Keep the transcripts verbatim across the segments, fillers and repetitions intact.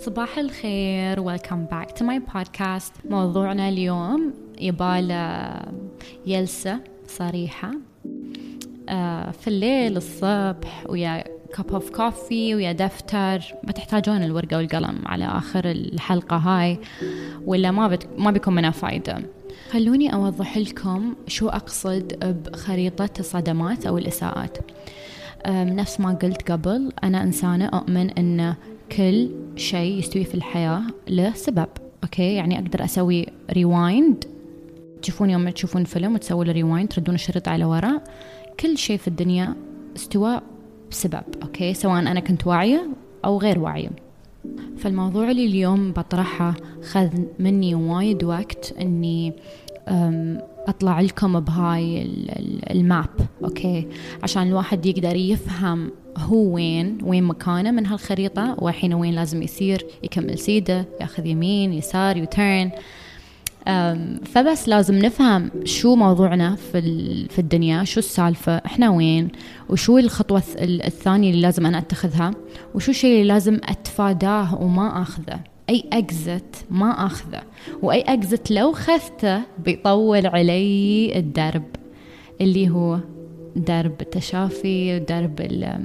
صباح الخير. welcome back to my podcast. موضوعنا اليوم يباله يلسة صريحة آه في الليل الصبح ويا cup of coffee ويا دفتر. ما تحتاجون الورقة والقلم على آخر الحلقة هاي ولا ما, بت... ما بيكون منها فايدة. خلوني أوضح لكم شو أقصد بخريطة الصدمات أو الإساءات. نفس ما قلت قبل، أنا إنسانة أؤمن أن كل شيء يستوي في الحياة له سبب. أوكي، يعني أقدر أسوي ريوايند. تشوفون يوم تشوفون فيلم وتسوي له ريوايند تردون الشريط على وراء. كل شيء في الدنيا استوى بسبب. أوكي، سواء أنا كنت واعية أو غير واعية. فالموضوع اللي اليوم بطرحه خذ مني وايد وقت أني أطلع لكم بهاي الماب. أوكي، عشان الواحد يقدر يفهم هو وين وين مكانه من هالخريطة، وحين وين لازم يصير، يكمل سيده، ياخذ يمين يسار يوتيرن. فبس لازم نفهم شو موضوعنا في في الدنيا، شو السالفة، احنا وين، وشو الخطوة الثانية اللي لازم أنا أتخذها، وشو الشيء اللي لازم أتفاداه وما أخذه. أي أكزت ما أخذه، وأي أكزت لو خذته بيطول علي الدرب اللي هو درب التشافي، درب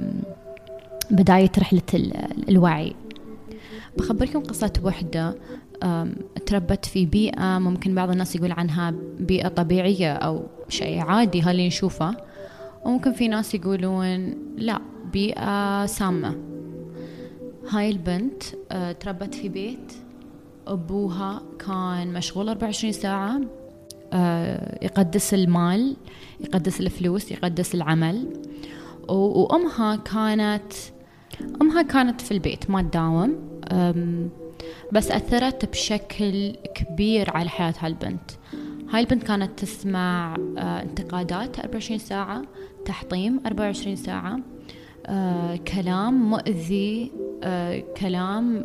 بداية رحلة الوعي. بخبركم قصة وحدة تربت في بيئة ممكن بعض الناس يقول عنها بيئة طبيعية أو شيء عادي هاللي نشوفه، وممكن في ناس يقولون لا، بيئة سامة. هاي البنت تربت في بيت أبوها كان مشغول أربعة وعشرين ساعة، يقدس المال، يقدس الفلوس، يقدس العمل. وأمها كانت أمها كانت في البيت ما تداوم، بس أثرت بشكل كبير على حياة هالبنت. هاي البنت كانت تسمع انتقادات أربعة وعشرين ساعة، تحطيم أربعة وعشرين ساعة، كلام مؤذي، كلام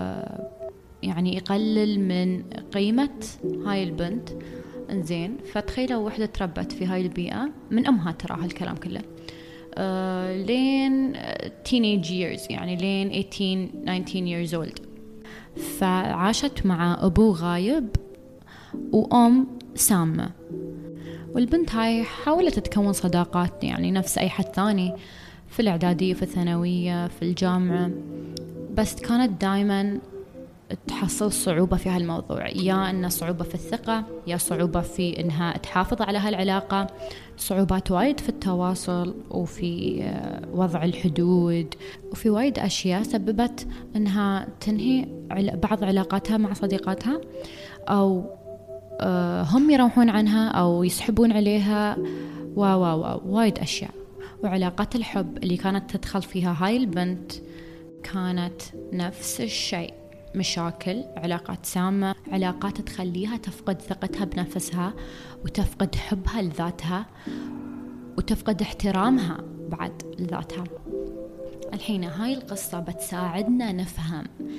يعني يقلل من قيمة هاي البنت. انزين، فتخيلوا وحدة تربت في هاي البيئة من أمها ترى هالكلام كله آه لين teenage years، يعني لين eighteen nineteen years old. فعاشت مع أبو غايب وأم سامة، والبنت هاي حاولت تكون صداقات يعني نفس أي حد ثاني في الإعدادية، في الثانوية، في الجامعة، بس كانت دايما تحصل صعوبة في هالموضوع. يا أن صعوبة في الثقة، يا صعوبة في أنها تحافظ على هالعلاقة، صعوبات وايد في التواصل وفي وضع الحدود، وفي وايد أشياء سببت أنها تنهي بعض علاقاتها مع صديقاتها، أو هم يروحون عنها أو يسحبون عليها، وا وا وا وايد أشياء. وعلاقات الحب اللي كانت تدخل فيها هاي البنت كانت نفس الشيء، مشاكل، علاقات سامة، علاقات تخليها تفقد ثقتها بنفسها وتفقد حبها لذاتها وتفقد احترامها بعد لذاتها. الحين هاي القصة بتساعدنا نفهم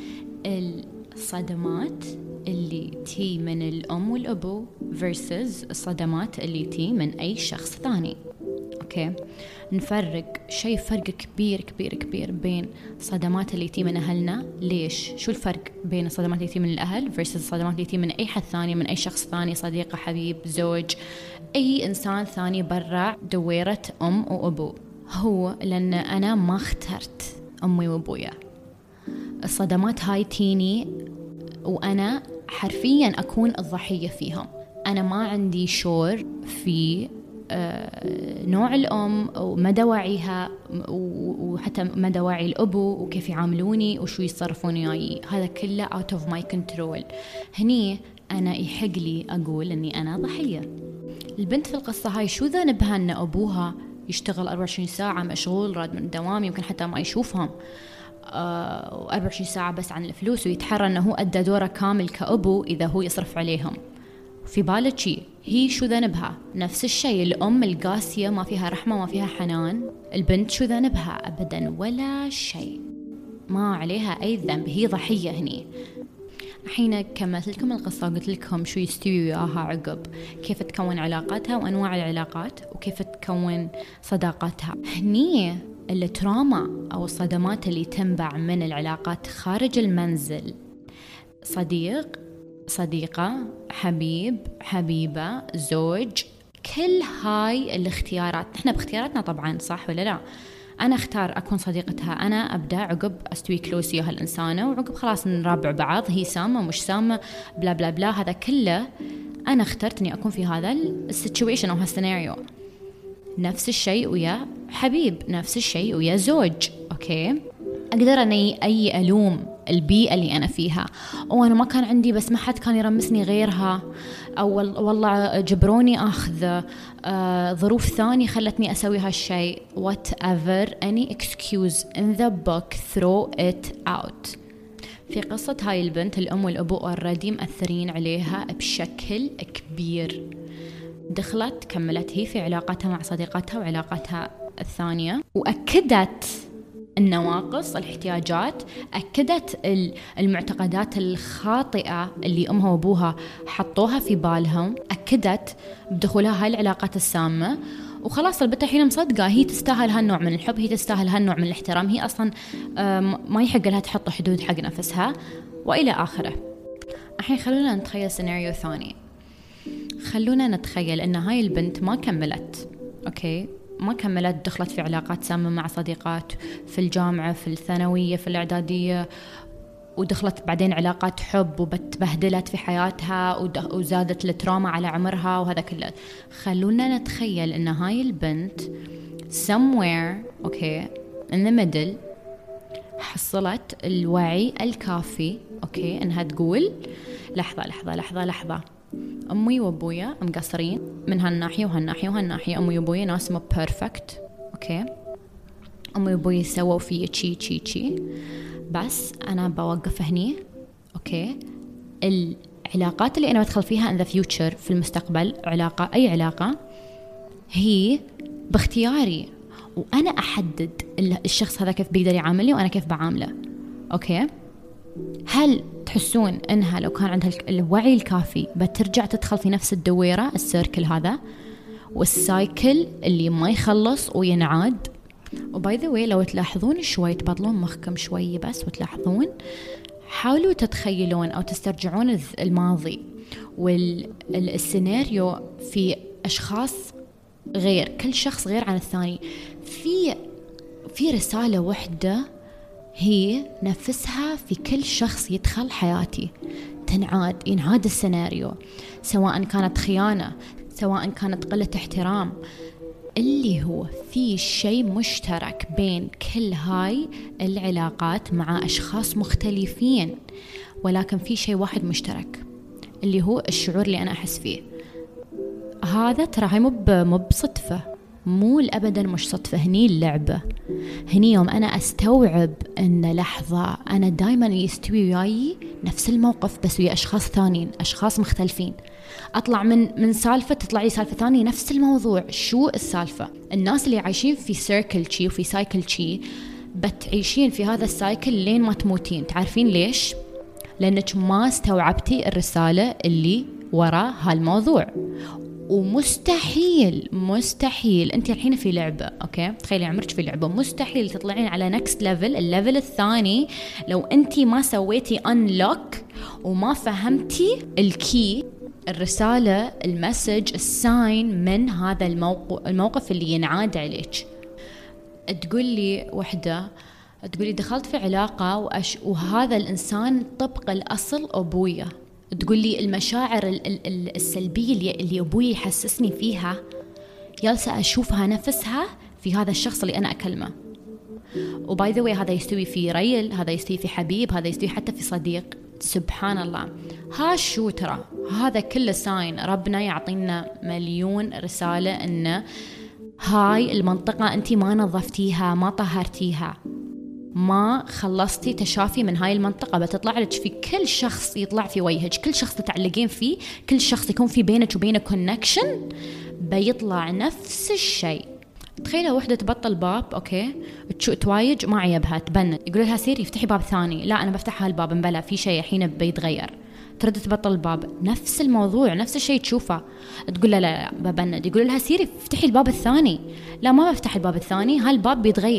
الصدمات اللي تي من الأم والأبو versus الصدمات اللي تي من أي شخص ثاني. أوكي، نفرق شيء فرق كبير كبير كبير بين صدمات اللي تي من أهلنا. ليش؟ شو الفرق بين الصدمات اللي تي من الأهل versus الصدمات اللي تي من أي حد ثاني، من أي شخص ثاني، صديقة، حبيب، زوج، أي إنسان ثاني برا دويرة أم وأبو؟ هو لأن أنا ما اخترت أمي وأبويا. الصدمات هاي تيني وأنا حرفيا أكون الضحية فيهم. أنا ما عندي شور في آه نوع الأم ومدى وعيها، وحتى مدى وعي الأبو وكيف يعاملوني وشو يتصرفون وياي. هذا كله out of my control. هني أنا يحق لي أقول أني أنا ضحية. البنت في القصة هاي شو ذنبها أن أبوها يشتغل أربعة وعشرين ساعة، مشغول، راد من الدوام، يمكن حتى ما يشوفهم، آه وأربعة وعشرين ساعة بس عن الفلوس، ويتحرى أنه هو أدى دوره كامل كأبو إذا هو يصرف عليهم. في بالك شي هي شو ذنبها؟ نفس الشيء الأم القاسية ما فيها رحمة ما فيها حنان. البنت شو ذنبها؟ أبدا ولا شيء، ما عليها أي ذنب، هي ضحية. هني الحين كملت لكم القصة، قلت لكم شو يستوي وياها عقب، كيف تكون علاقاتها وأنواع العلاقات، وكيف تكون صداقاتها. هني التراما أو الصدمات اللي تنبع من العلاقات خارج المنزل، صديق، صديقة، حبيب، حبيبة، زوج، كل هاي الاختيارات احنا باختياراتنا طبعا، صح ولا لا؟ أنا أختار أكون صديقتها، أنا أبدأ عقب أستوي كلوز وياها الإنسانة، وعقب خلاص نرابع بعض، هي سامة مش سامة بلا بلا بلا، هذا كله أنا اخترت أني أكون في هذا السيتويشن أو هالسيناريو. نفس الشيء ويا حبيب، نفس الشيء ويا زوج. أوكي، أقدر أني أي ألوم البيئة اللي أنا فيها، أو أنا ما كان عندي بس ما حد كان يرمسني غيرها، أو والله جبروني أخذ، آه، ظروف ثانية خلتني أسوي هالشيء. whatever any excuse in the book, throw it out. في قصة هاي البنت الأم والأبو already مأثرين عليها بشكل كبير. دخلت كملت هي في علاقتها مع صديقتها وعلاقتها الثانية، وأكدت النواقص، الاحتياجات، أكدت المعتقدات الخاطئة اللي أمها وأبوها حطوها في بالهم، أكدت بدخولها هاي العلاقات السامة. وخلاص البنت الحين مصدقة هي تستاهل هالنوع من الحب، هي تستاهل هالنوع من الاحترام، هي أصلا ما يحق لها تحط حدود حق نفسها وإلى آخره. الحين خلونا نتخيل سيناريو ثاني. خلونا نتخيل أن هاي البنت ما كملت، أوكي، ما كملت، دخلت في علاقات سامة مع صديقات في الجامعة، في الثانوية، في الإعدادية، ودخلت بعدين علاقات حب وبتبهدلت في حياتها وزادت التراما على عمرها وهذا كله. خلونا نتخيل أن هاي البنت somewhere okay in the middle حصلت الوعي الكافي، أوكي، أنها تقول لحظة لحظة لحظة لحظة أمي وأبويا مقصرين من هالناحية وهالناحية وهالناحية، أمي وأبويا ناس مو بيرفكت، أوكي، أمي وأبويا سووا فيه شي شي شي، بس أنا بوقف هني، أوكي. العلاقات اللي أنا بدخل فيها in the future في المستقبل، علاقة أي علاقة هي باختياري، وأنا أحدد الشخص هذا كيف بيقدر يعاملني وأنا كيف بعامله، أوكي. هل تحسون أنها لو كان عندها الوعي الكافي بترجع تدخل في نفس الدويرة، السيركل هذا والسايكل اللي ما يخلص وينعاد؟ وباي ذا واي لو تلاحظون شوي، تبطلون مخكم شوي بس وتلاحظون، حاولوا تتخيلون أو تسترجعون الماضي والسيناريو في أشخاص غير، كل شخص غير عن الثاني، في في رسالة واحدة هي نفسها في كل شخص يدخل حياتي، تنعاد، ينعاد السيناريو، سواء كانت خيانة، سواء كانت قلة احترام، اللي هو في شيء مشترك بين كل هاي العلاقات مع أشخاص مختلفين، ولكن في شيء واحد مشترك اللي هو الشعور اللي أنا أحس فيه. هذا ترى هاي مو بصدفة، مو الأبدا مش صدفة، هني اللعبة، هني يوم أنا أستوعب أن لحظة أنا دايما يستوي وياي نفس الموقف بس ويا أشخاص ثانيين، أشخاص مختلفين، أطلع من من سالفة تطلع لي سالفة ثانية نفس الموضوع. شو السالفة؟ الناس اللي عايشين في سيركل شي وفي سايكل شي بتعيشين في هذا السايكل لين ما تموتين. تعرفين ليش؟ لأنك ما استوعبتي الرسالة اللي وراء هالموضوع، ومستحيل مستحيل انت الحين في لعبة، اوكي، تخيلي عمرك في لعبة، مستحيل تطلعين على نكست ليفل، الليفل الثاني، لو انت ما سويتي انلوك وما فهمتي الكي، الرسالة، المسج، الساين من هذا الموقف, الموقف اللي ينعاد عليك. تقول لي وحدة، تقولي دخلت في علاقة وأش... وهذا الإنسان طبق الأصل أبويا، تقول لي المشاعر السلبية اللي, اللي أبوي يحسسني فيها جالسة أشوفها نفسها في هذا الشخص اللي أنا أكلمه. وباي ذا واي هذا يستوي في ريل، هذا يستوي في حبيب، هذا يستوي حتى في صديق. سبحان الله، ها شو ترى هذا كله ساين، ربنا يعطينا مليون رسالة إن هاي المنطقة أنت ما نظفتيها، ما طهرتيها، ما خلصتي تشافي من هاي المنطقة، بتطلع لك في كل شخص يطلع في وجهك، كل شخص تتعلقين فيه، كل شخص يكون في بينك وبينه كونكشن، بيطلع نفس الشيء. تخيلوا وحدة تبطل باب، أوكي، تشو توايج ما عيبها، تبند، يقول لها سيري افتحي باب ثاني، لا أنا بفتح هالباب، مبلا في شيء الحين بيتغير، ترد تبطل الباب، نفس الموضوع، نفس الشيء تشوفه، تقول لا لا ببند، يقول لها سيري افتحي الباب الثاني، لا ما بفتح الباب الثاني، هالباب بيتغير.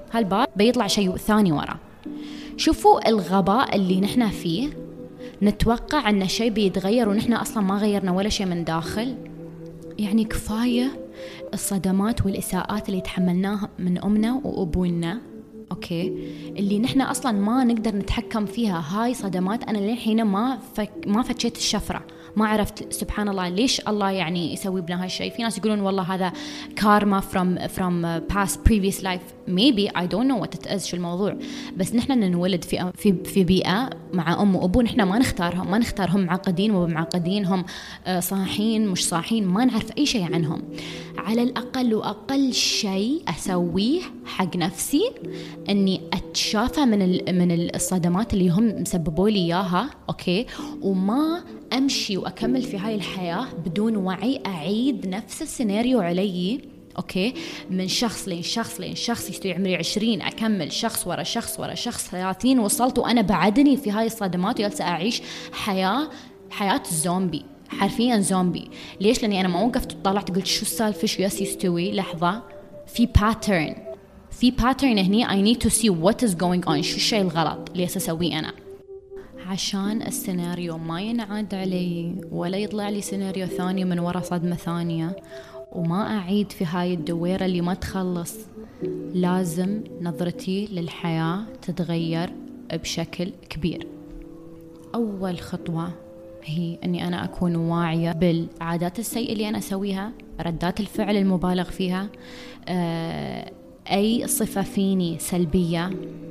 هالباب بيطلع شيء ثاني ورا. شوفوا الغباء اللي نحن فيه، نتوقع أن شيء بيتغير ونحن أصلا ما غيرنا ولا شيء من داخل. يعني كفاية الصدمات والإساءات اللي تحملناها من أمنا وأبونا، أوكي، اللي نحن أصلا ما نقدر نتحكم فيها. هاي صدمات أنا للحين ما فك ما فتشيت الشفرة، ما عرفت سبحان الله ليش الله يعني يسوي بنا هالشيء. في ناس يقولون والله هذا كارما from from past previous life, maybe I don't know what it is شو الموضوع. بس نحن ننولد في في في بيئة مع أم وأبو نحن ما نختارهم، ما نختارهم معقدين ومعقدين، هم صاحين مش صاحين، ما نعرف أي شيء عنهم. على الأقل وأقل شيء أسويه حق نفسي إني أتشافى من من الصدمات اللي هم مسببوا لي إياها، أوكي، وما أمشي وأكمل في هاي الحياة بدون وعي، أعيد نفس السيناريو علي، أوكي، من شخص لين شخص لين شخص يستوي عمري عشرين، أكمل شخص ورا شخص ورا شخص، ثلاثين وصلت وأنا بعدني في هاي الصدمات وجالسة أعيش حياة حياة الزومبي، حرفيا زومبي. ليش؟ لأني أنا ما وقفت وطلعت قلت شو السالفة، شو ياس يستوي، لحظة، في باترن في باترن هني I need to see what is going on، شو الشيء الغلط اللي أسويه أنا، عشان السيناريو ما ينعاد علي ولا يطلع لي سيناريو ثاني من وراء صدمة ثانية وما أعيد في هاي الدويرة اللي ما تخلص. لازم نظرتي للحياة تتغير بشكل كبير. أول خطوة هي أني أنا أكون واعية بالعادات السيئة اللي أنا أسويها، ردات الفعل المبالغ فيها، آه، أي صفة فيني سلبية،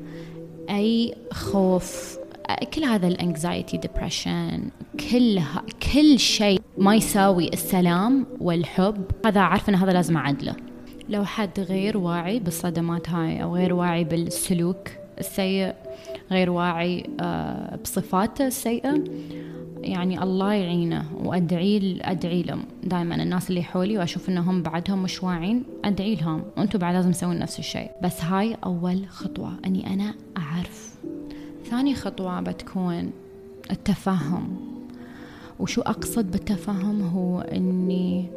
أي خوف، كل هذا الانكزايتي ديبريشن، كل كل شيء ما يساوي السلام والحب، هذا عارف ان هذا لازم اعدله. لو حد غير واعي بالصدمات هاي او غير واعي بالسلوك السيء، غير واعي بصفاته السيئة، يعني الله يعينه. وادعي ادعي لهم دائما الناس اللي حولي واشوف انهم بعدهم مش واعين، ادعي لهم وانتم بعد لازم تسوون نفس الشيء. بس هاي اول خطوة، اني انا اعرف. ثاني خطوة بتكون التفهم. وشو أقصد بالتفهم؟ هو أني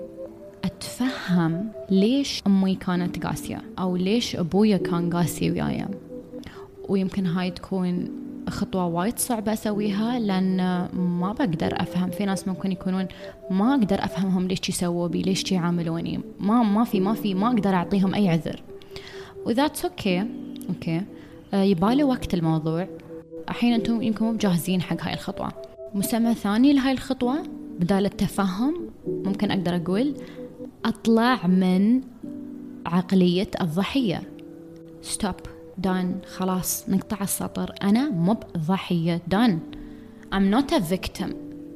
أتفهم ليش أمي كانت قاسية أو ليش أبويا كان قاسي وياي. ويمكن هاي تكون خطوة وايد صعبة أسويها لأن ما بقدر أفهم. في ناس ممكن يكونون ما أقدر أفهمهم ليش يسووا بي، ليش يعاملوني، ما ما في ما في ما أقدر أعطيهم أي عذر. وذاتس أوكي أوكي يبالي وقت الموضوع. الحين أنتم يمكن مو جاهزين حق هاي الخطوة. مسمى ثاني لهاي الخطوة بدال التفهم ممكن أقدر أقول أطلع من عقلية الضحية. ستوب، دان، خلاص نقطع السطر. أنا مو ضحية، دان، I'm not a victim.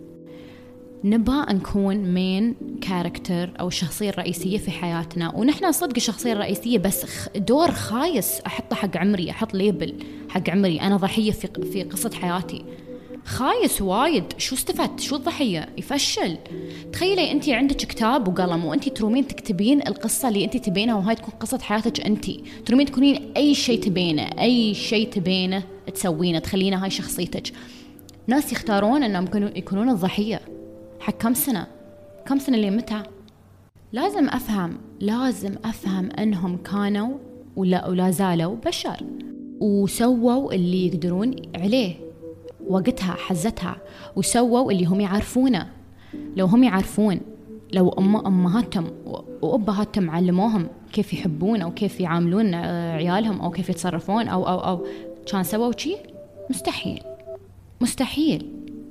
نبغى نكون مين كاركتر أو الشخصية الرئيسية في حياتنا، ونحن صدق الشخصية الرئيسية، بس دور خايس أحطه حق عمري، أحط ليبل حق عمري أنا ضحية في في قصة حياتي. خايس وايد. شو استفدت؟ شو الضحية؟ يفشل. تخيلي أنت عندك كتاب وقلم وأنت ترومين تكتبين القصة اللي أنت تبينها، وهاي تكون قصة حياتك أنت. ترومين تكونين أي شيء تبينه، أي شيء تبينه تسوينه، تخلينا هاي شخصيتك. ناس يختارون أنهم يكونون الضحية. حق كم سنة؟ كم سنة اللي متى؟ لازم أفهم لازم أفهم أنهم كانوا ولا, ولا زالوا بشر، وسووا اللي يقدرون عليه وقتها حزتها، وسووا اللي هم يعرفونه. لو هم يعرفون، لو أم أمهاتهم وأبهاتهم علموهم كيف يحبون أو كيف يعاملون عيالهم أو كيف يتصرفون أو أو أو كان سووا شيء؟ مستحيل مستحيل.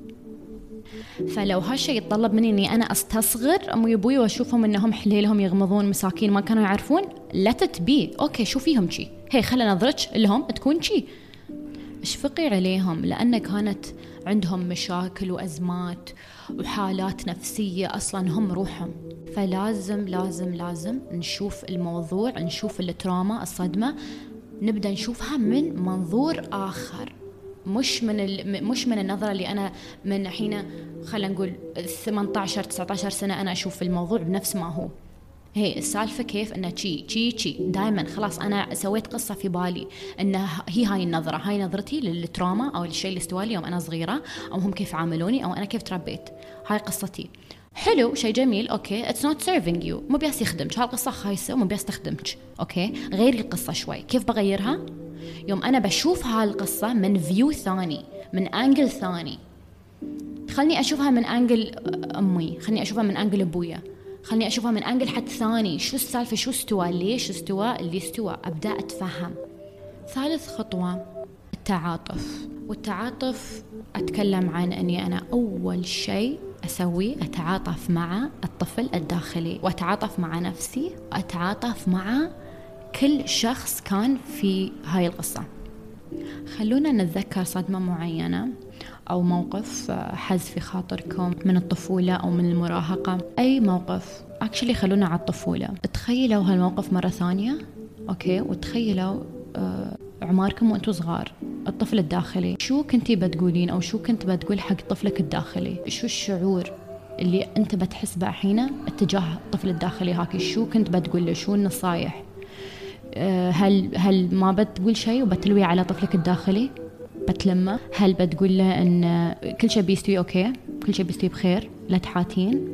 فلو هالشيء يتطلب مني اني انا استصغر امي وابوي واشوفهم انهم حليلهم يغمضون مساكين ما كانوا يعرفون، لا تتبي اوكي شو فيهم شي، هي خلي نظرتش لهم تكون شي. اشفقي عليهم لان كانت عندهم مشاكل وازمات وحالات نفسيه اصلا هم روحهم. فلازم لازم لازم نشوف الموضوع، نشوف التراما الصدمه، نبدا نشوفها من منظور اخر، مش من ال... مش من النظرة اللي أنا من حين خلينا نقول ثمانية عشر تسعة عشر سنة أنا أشوف الموضوع بنفس ما هو. هي السالفة كيف إنه شي شي شي دائما خلاص أنا سويت قصة في بالي إنه هي هاي النظرة، هاي نظرتي للتراما أو الشيء اللي استوى لي يوم أنا صغيرة، أو هم كيف عاملوني أو أنا كيف تربيت. هاي قصتي. حلو، شيء جميل، اوكي، it's not serving you، مو بياس يخدمك، هالقصة خايسة ومو بياس تخدمك، اوكي، غيري القصة شوي. كيف بغيرها؟ يوم انا بشوف هالقصة من فيو ثاني، من انجل ثاني. خلني اشوفها من انجل امي، خلني اشوفها من انجل ابويا، خلني اشوفها من انجل حد ثاني. شو السالفة؟ شو استوى؟ ليش استوى اللي استوى؟ ابدا اتفهم. ثالث خطوة التعاطف. والتعاطف أتكلم عن أني أنا أول شيء أسوي أتعاطف مع الطفل الداخلي، وأتعاطف مع نفسي، وأتعاطف مع كل شخص كان في هاي القصة. خلونا نتذكر صدمة معينة أو موقف حز في خاطركم من الطفولة أو من المراهقة، أي موقف. actually خلونا على الطفولة. تخيلوا هالموقف مرة ثانية، أوكي، وتخيلوا آه عماركم وأنتوا صغار، الطفل الداخلي. شو كنتي بتقولين أو شو كنت بتقول حق طفلك الداخلي؟ شو الشعور اللي أنت بتحس به حين اتجاه الطفل الداخلي هاكي؟ شو كنت بتقول له؟ شو النصايح؟ أه هل هل ما بتقول شيء وبتلوي على طفلك الداخلي؟ بتلمه؟ هل بتقول له إن كل شيء بيستوي أوكي، كل شيء بيستوي بخير، لا تحاتين،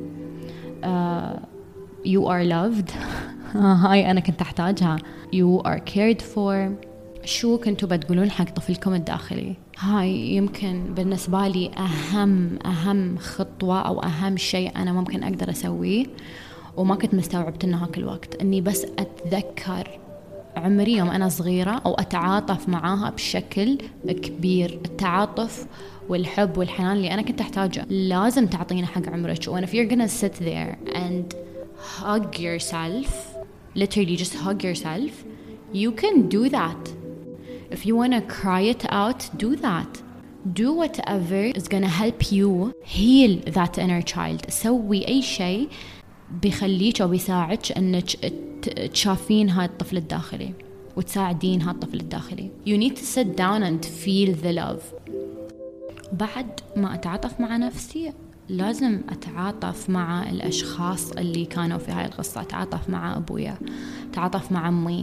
أه you are loved هاي أنا كنت أحتاجها، you are cared for. شو كنتوا بتقولون حق طفلكم الداخلي؟ هاي يمكن بالنسبة لي أهم أهم خطوة أو أهم شيء أنا ممكن أقدر أسويه، وما كنت مستوعبت إنه هاك الوقت إني بس أتذكر عمري يوم أنا صغيرة أو أتعاطف معاها بشكل كبير. التعاطف والحب والحنان اللي أنا كنت أحتاجه لازم تعطينا حق عمرك. وأنا if you're gonna sit there and hug yourself, literally just hug yourself, you can do that. If you want to cry it out, do that. Do whatever is going to help you heal that inner child. سوي أي شيء بيخليك أو بيساعدك أنك تشافين هذا الطفل الداخلي وتساعدين هذا الطفل الداخلي. You need to sit down and feel the love. بعد ما أتعاطف مع نفسي لازم أتعاطف مع الأشخاص اللي كانوا في هاي القصة. أتعاطف مع أبويا، أتعاطف مع أمي،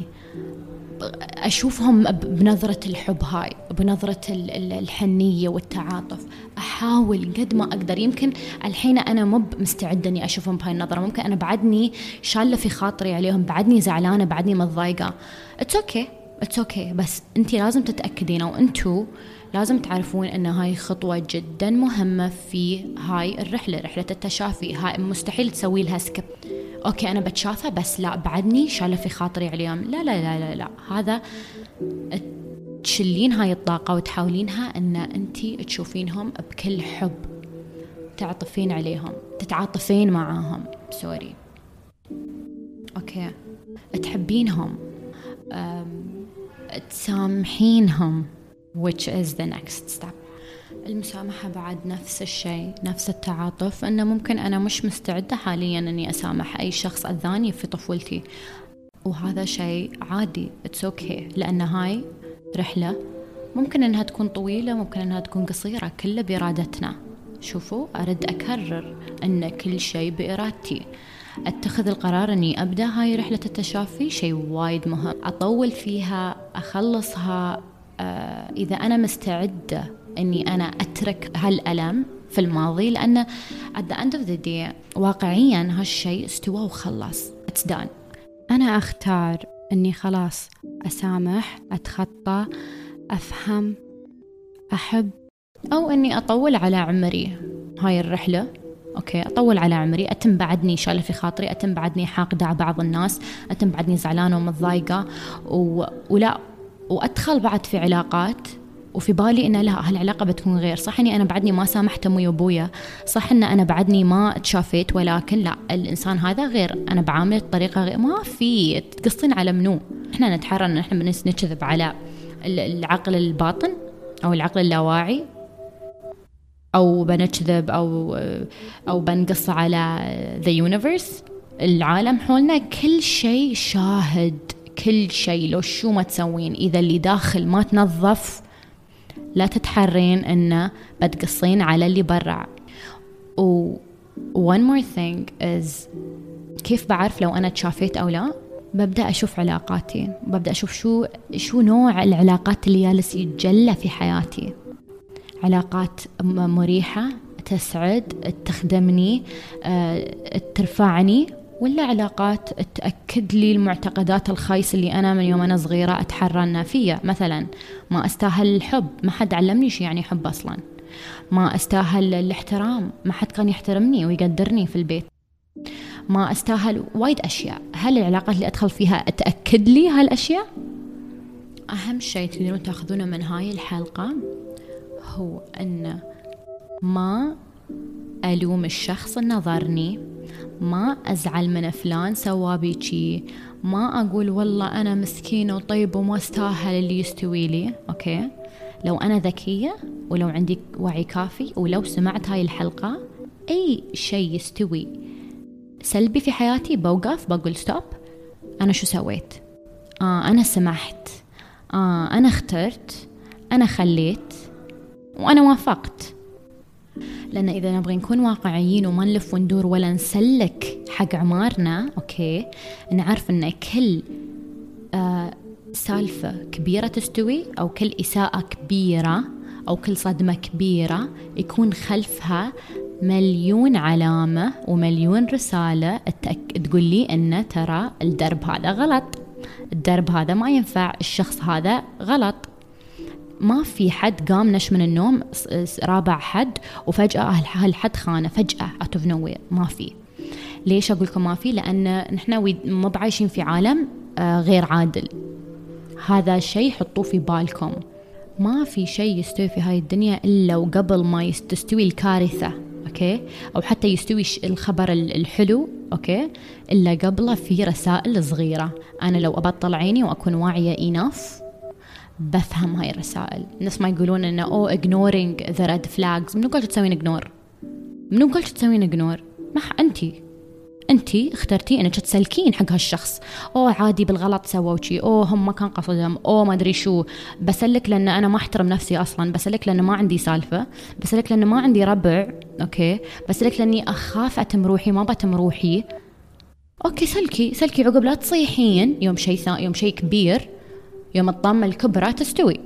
أشوفهم بنظرة الحب هاي، بنظرة الحنية والتعاطف. أحاول قد ما أقدر. يمكن الحين أنا مو مستعدة أني أشوفهم بهاي النظرة، ممكن أنا بعدني شالة في خاطري عليهم، بعدني زعلانة، بعدني متضايقة. It's okay, it's okay. بس أنتي لازم تتأكدين أو أنتوا لازم تعرفون أن هاي خطوة جدا مهمة في هاي الرحلة، رحلة التشافي. هاي مستحيل تسوي لها سكيب. أوكي أنا بتشافى بس لا بعدني شالة في خاطري عليهم. لا لا لا لا لا، هذا تشلين هاي الطاقة وتحاولينها أن أنتي تشوفينهم بكل حب، تعطفين عليهم، تتعاطفين معاهم، سوري، أوكي، تحبينهم، تسامحينهم، which is the next step. المسامحة بعد نفس الشيء، نفس التعاطف. أنه ممكن أنا مش مستعدة حاليا أني أسامح أي شخص أذاني في طفولتي، وهذا شيء عادي، it's okay. لأن هاي رحلة ممكن أنها تكون طويلة، ممكن أنها تكون قصيرة، كله بإرادتنا. شوفوا، أرد أكرر أن كل شيء بإرادتي. أتخذ القرار أني أبدأ هاي رحلة التشافي شيء وايد مهم. أطول فيها، أخلصها آه إذا أنا مستعدة أني أنا أترك هالألم في الماضي، لأن at the end of the day واقعيا هالشيء استوى وخلص، it's done. أنا أختار أني خلاص أسامح، أتخطى، أفهم، أحب، أو أني أطول على عمري هاي الرحلة. أوكي، أطول على عمري، أتم بعدني شالة في خاطري، أتم بعدني حاقدة على بعض الناس، أتم بعدني زعلانة ومتضايقة و... ولا وأدخل بعد في علاقات وفي بالي إن لا هالعلاقة بتكون غير. صح إني أنا بعدني ما سامحت أمي وأبويا، صح إن أنا بعدني ما تشافيت، ولكن لا، الإنسان هذا غير، أنا بعامل بطريقة غير. ما في تقصين على منو. إحنا نتحرى إن إحنا بنكذب على العقل الباطن أو العقل اللاواعي، أو بنكذب أو أو بنقص على the universe، العالم حولنا. كل شيء شاهد، كل شيء. لو شو ما تسوين، إذا اللي داخل ما تنظف لا تتحرين إنه بتقصين على اللي برا. و one more thing is كيف بعرف لو أنا تشافيت أو لا؟ ببدأ أشوف علاقاتي، ببدأ أشوف شو شو نوع العلاقات اللي جالس يتجلى في حياتي. علاقات مريحة تسعد، تخدمني، أه ترفعني، ولا علاقات تأكد لي المعتقدات الخايسة اللي أنا من يوم أنا صغيرة أتحرى أنها فيها. مثلا ما أستاهل الحب، ما حد علمني شي يعني حب أصلا. ما أستاهل الاحترام، ما حد كان يحترمني ويقدرني في البيت. ما أستاهل وايد أشياء. هل العلاقات اللي أدخل فيها تأكد لي هالأشياء؟ أهم شيء تقدرون تأخذونه من هاي الحلقة هو أن ما ألوم الشخص اللي نظرني، ما أزعل من فلان سوابي شي، ما أقول والله أنا مسكينة وطيبة وما استاهل اللي يستوي لي. أوكي، لو أنا ذكية ولو عندي وعي كافي ولو سمعت هاي الحلقة، أي شيء يستوي سلبي في حياتي بوقف بقول ستوب. أنا شو سويت؟ آه أنا سمحت، آه أنا اخترت، أنا خليت، وأنا وافقت. لأن إذا نبغي نكون واقعيين وما نلف وندور ولا نسلك حق عمارنا، أوكي، نعرف أن كل آه سالفة كبيرة تستوي، أو كل إساءة كبيرة أو كل صدمة كبيرة يكون خلفها مليون علامة ومليون رسالة تقول لي أن ترى الدرب هذا غلط، الدرب هذا ما ينفع، الشخص هذا غلط. ما في حد قام نش من النوم رابع حد وفجأة هالحد خانة فجأة out of nowhere. ما في. ليش أقول لكم ما في؟ لأن نحن ما بعايشين في عالم غير عادل. هذا شيء حطوه في بالكم. ما في شيء يستوي في هاي الدنيا إلا وقبل ما تستوي الكارثة، أوكي، أو حتى يستوي الخبر الحلو، أوكي، إلا قبله في رسائل صغيرة. أنا لو أبطل عيني وأكون واعية enough بفهم هاي الرسائل. الناس ما يقولون إنه أو ignoring the red flags. منو قلت تسوين ignore؟ منو قلت تسوين ignore؟ ما أنتي أنتي اخترتي إنك تسلكين حق هالشخص. أو عادي بالغلط سووا شيء، أو هم ما كان قصدهم، أو ما أدري شو. بسلك لأن أنا ما أحترم نفسي أصلا، بسلك لأن ما عندي سالفة، بسلك لأن ما عندي ربع، أوكي، بسلك لأني أخاف أتم روحي، ما بتم روحي. أوكي، سلكي سلكي عقب لا تصيحين يوم شيء ثا يوم شيء كبير، يوم الطامة الكبرى تستوي.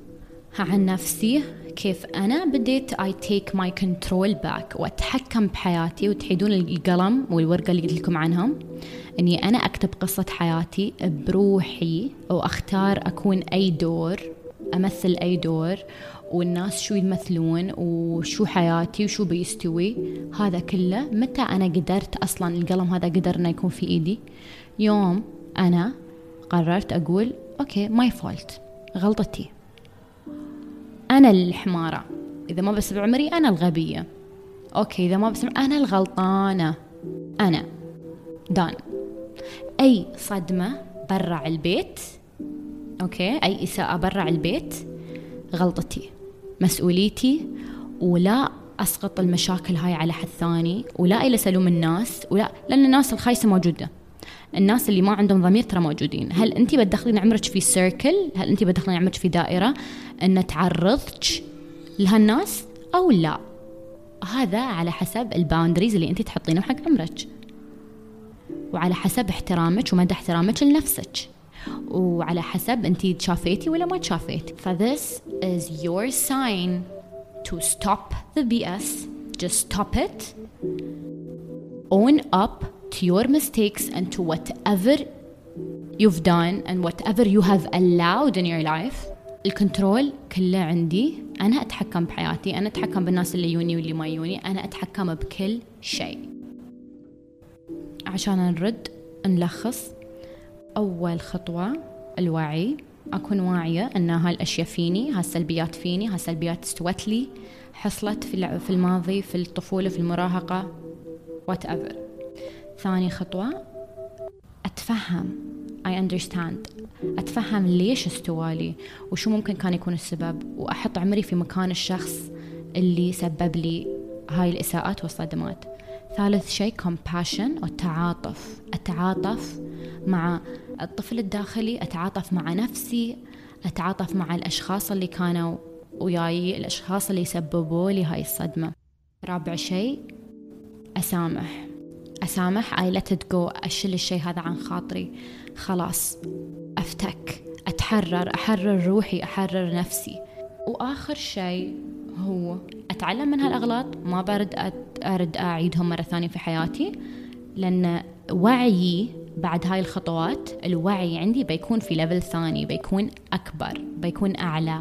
عن نفسي كيف أنا بديت I take my control back وأتحكم بحياتي. وتحيدون القلم والورقة اللي قلت لكم عنهم، أني أنا أكتب قصة حياتي بروحي، وأختار أكون أي دور، أمثل أي دور، والناس شو يمثلون وشو حياتي وشو بيستوي. هذا كله متى أنا قدرت أصلا القلم هذا قدر أنه يكون في إيدي؟ يوم أنا قررت أقول أوكي my fault، غلطتي، أنا الحمارة، إذا ما بسمع عمري أنا الغبية، أوكي، إذا ما بسمع أنا الغلطانة، أنا دان. أي صدمة برع البيت، أوكي، أي إساءة برع البيت غلطتي، مسؤوليتي، ولا أسقط المشاكل هاي على حد ثاني، ولا إلى سلوم الناس، ولا لأن الناس الخايسة موجودة، الناس اللي ما عندهم ضمير ترى موجودين. هل أنتي بتدخلين عمرك في سيركل؟ هل أنتي بتدخلين عمرك في دائرة أن تعرضك لهالناس أو لا؟ هذا على حسب الباوندريز اللي أنتي تحطينهم حق عمرك، وعلى حسب احترامك ومدى احترامك لنفسك، وعلى حسب أنتي تشافيتي ولا ما تشافيتي. ف this is your sign to stop the B S. Just stop it. Own up to your mistakes and to whatever you've done and whatever you have allowed in your life. الكنترول كله عندي، أنا أتحكم بحياتي، أنا أتحكم بالناس اللي يوني واللي ما يوني، أنا أتحكم بكل شيء. عشان نرد نلخص، أول خطوة الوعي، أكون واعية أن هالأشياء فيني، هالسلبيات فيني، هالسلبيات استوت لي، حصلت في الماضي، في الطفولة، في المراهقة، whatever. ثاني خطوة أتفهم، I understand، أتفهم ليش استوالي وشو ممكن كان يكون السبب، وأحط عمري في مكان الشخص اللي سبب لي هاي الإساءات والصدمات. ثالث شيء compassion، والتعاطف، أتعاطف مع الطفل الداخلي، أتعاطف مع نفسي، أتعاطف مع الأشخاص اللي كانوا وياي، الأشخاص اللي سببوا لي هاي الصدمة. رابع شيء أسامح، أسامح I let it go، أشيل الشيء هذا عن خاطري، خلاص أفتك، أتحرر، أحرر روحي، أحرر نفسي. وآخر شيء هو أتعلم من هالأغلاط، ما برد أرد أعيدهم مرة ثانية في حياتي، لأن وعيي بعد هاي الخطوات، الوعي عندي بيكون في ليفل ثاني، بيكون أكبر، بيكون أعلى.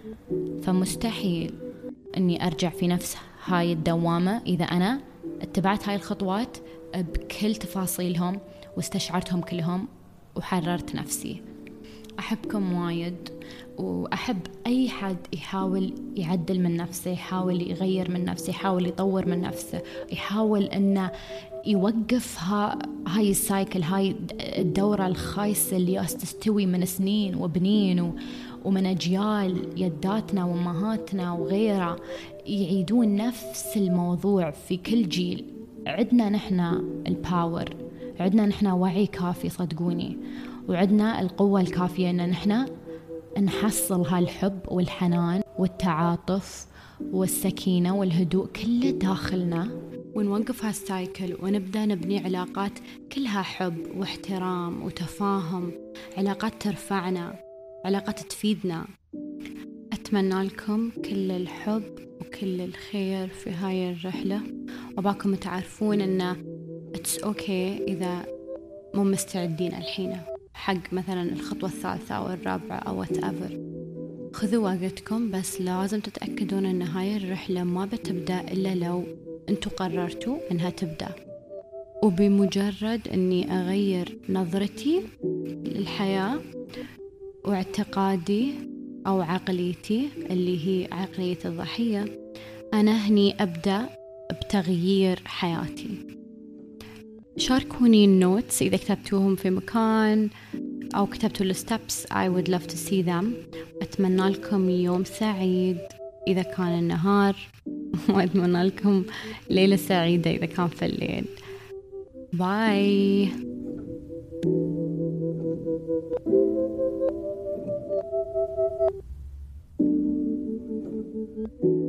فمستحيل أني أرجع في نفس هاي الدوامة إذا أنا اتبعت هاي الخطوات بكل تفاصيلهم واستشعرتهم كلهم وحررت نفسي. أحبكم وايد، وأحب أي حد يحاول يعدل من نفسه، يحاول يغير من نفسه، يحاول يطور من نفسه، يحاول أنه يوقف ها هاي السايكل، هاي الدورة الخايسة اللي تستوي من سنين وبنين و ومن أجيال يداتنا وأمهاتنا وغيرها، يعيدون نفس الموضوع في كل جيل. عدنا نحنا الباور، عدنا نحنا وعي كافي صدقوني، وعدنا القوة الكافية أن نحنا نحصل هالحب والحنان والتعاطف والسكينة والهدوء كله داخلنا، ونوقف هالسايكل ونبدأ نبني علاقات كلها حب واحترام وتفاهم، علاقات ترفعنا، علاقات تفيدنا. أتمنى لكم كل الحب وكل الخير في هاي الرحلة، وباكم تعرفون أنه it's okay إذا مو مستعدين الحين حق مثلا الخطوة الثالثة أو الرابعة أو whatever. خذوا وقتكم، بس لازم تتأكدون أن هاي الرحلة ما بتبدأ إلا لو أنتوا قررتوا أنها تبدأ. وبمجرد أني أغير نظرتي للحياة واعتقادي أو عقليتي اللي هي عقلية الضحية، أنا هني أبدأ بتغيير حياتي. شاركوني النوتس إذا كتبتوهم في مكان أو كتبتوا الستبس. I would love to see them. أتمنى لكم يوم سعيد إذا كان النهار وأتمنى لكم ليلة سعيدة إذا كان في الليل. باي. Thank you.